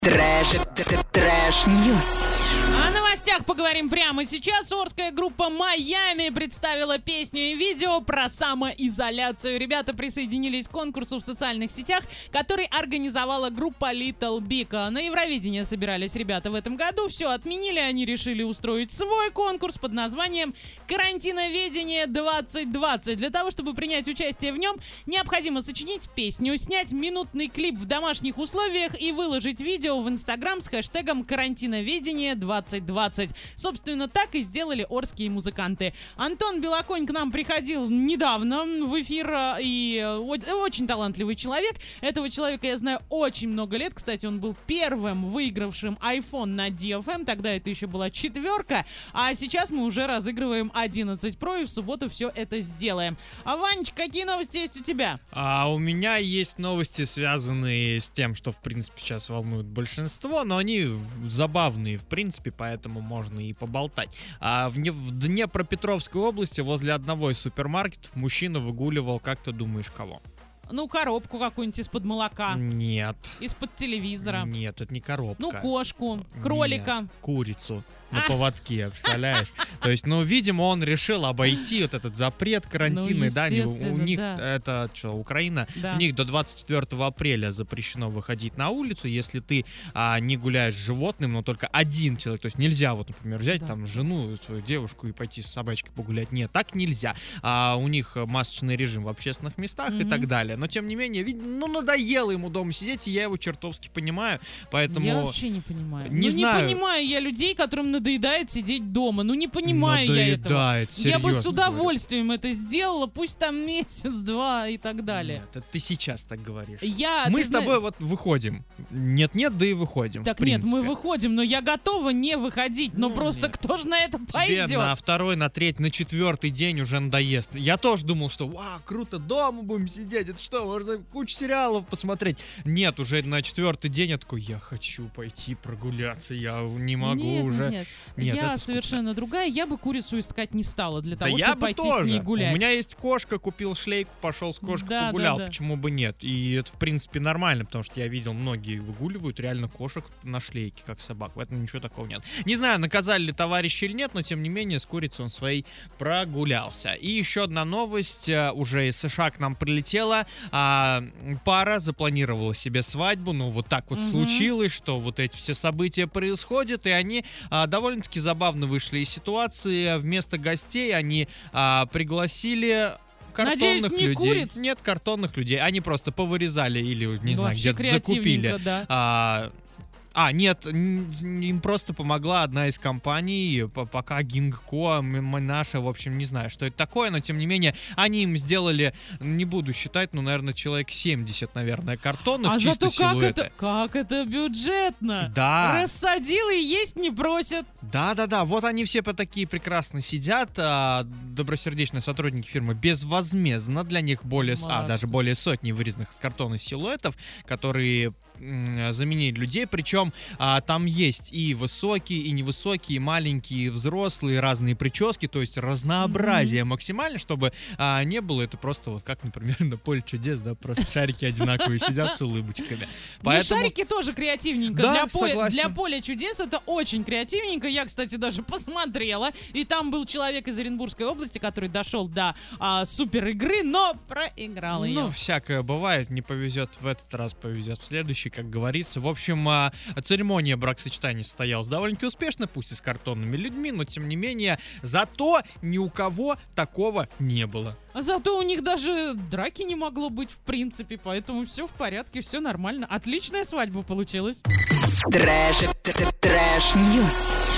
Трэш-ньюс. О новостях поговорим прямо сейчас. Орская группа «Майами» представила песню и видео про самоизоляцию. Ребята присоединились к конкурсу в социальных сетях, который организовала группа Little Big. На Евровидение собирались ребята в этом году. Все отменили, они решили устроить свой конкурс под названием «Карантиноведение 2020». Для того, чтобы принять участие в нем, необходимо сочинить песню, снять минутный клип в домашних условиях и выложить видео в Инстаграм с хэштегом «Карантиноведение 2020». Собственно, так и сделали орские музыканты. Антон Белоконь к нам приходил недавно в эфир, и очень талантливый человек. Этого человека я знаю очень много лет. Кстати, он был первым выигравшим iPhone на DFM. Тогда это еще была 4, а сейчас мы уже разыгрываем 11 Pro, и в субботу все это сделаем. А, Ванечка, какие новости есть у тебя? У меня есть новости, связанные с тем, что, в принципе, сейчас волнует большинство, но они забавные, в принципе, поэтому можно и поболтать. В Днепропетровской области возле одного из супермаркетов мужчина выгуливал, как ты думаешь, кого? Ну, коробку какую-нибудь из-под молока. Нет. Из-под телевизора. Нет, это не коробка. Ну, кошку, кролика. Нет, курицу на поводке, представляешь? То есть, видимо, он решил обойти вот этот запрет карантинный, да? У них, это что, Украина? Да. У них до 24 апреля запрещено выходить на улицу, если ты не гуляешь с животным, но только один человек. То есть нельзя, вот, например, взять там жену, свою девушку и пойти с собачкой погулять. Нет, так нельзя. У них масочный режим в общественных местах и так далее. Но, тем не менее, надоело ему дома сидеть, и я его чертовски понимаю, поэтому... Я вообще не понимаю. Не знаю. Не понимаю я людей, которым надоедает сидеть дома. Не понимаю я этого. Я бы с удовольствием это сделала, пусть там месяц-два и так далее. Нет, это ты сейчас так говоришь. Мы с тобой вот выходим. Нет-нет, да и выходим. Так нет, мы выходим, но я готова не выходить. Но просто нет. Кто же на это пойдет? Тебе на второй, на третий, на 4-й день уже надоест. Я тоже думал, что круто, дома будем сидеть. Это что, можно кучу сериалов посмотреть? Нет, уже на 4-й день я такой, я хочу пойти прогуляться, я не могу уже. Нет, я совершенно другая, я бы курицу искать не стала для того, чтобы чтобы пойти тоже. С ней гулять. У меня есть кошка, купил шлейку, пошел с кошкой погулял, почему бы нет? И это, в принципе, нормально, потому что я видел, многие выгуливают реально кошек на шлейке, как собак, в этом ничего такого нет. Не знаю, наказали ли товарища или нет, но, тем не менее, с курицей он своей прогулялся. И еще одна новость, уже из США к нам прилетела. Пара запланировала себе свадьбу, вот так вот случилось, что вот эти все события происходят, и они довольно-таки забавно вышли из ситуации. Вместо гостей они пригласили картонных людей. Куриц? Нет, картонных людей. Они просто повырезали или, не знаю, где-то закупили. Да. Нет, им просто помогла одна из компаний, пока Гингко, наша, в общем, не знаю, что это такое, но, тем не менее, они им сделали, не буду считать, наверное, человек 70, наверное, картонных, чисто силуэты. Как это бюджетно! Да. Рассадил и есть не просят. Да, вот они все такие прекрасно сидят, добросердечные сотрудники фирмы безвозмездно, для них даже более сотни вырезанных из картона силуэтов, которые заменить людей, причем там есть и высокие, и невысокие, и маленькие, и взрослые, разные прически, то есть разнообразие максимально, чтобы не было это просто вот как, например, на поле чудес, да, просто шарики одинаковые сидят с улыбочками. Поэтому... шарики тоже креативненько. Да, для поля чудес это очень креативненько. Я, кстати, даже посмотрела, и там был человек из Оренбургской области, который дошел до супер игры, но проиграл ее. Всякое бывает, не повезет в этот раз, повезет в следующий, как говорится. В общем, церемония бракосочетания состоялась довольно-таки успешно, пусть и с картонными людьми, но тем не менее, зато ни у кого такого не было. А зато у них даже драки не могло быть в принципе, поэтому все в порядке, все нормально. Отличная свадьба получилась. Трэш-ньюс.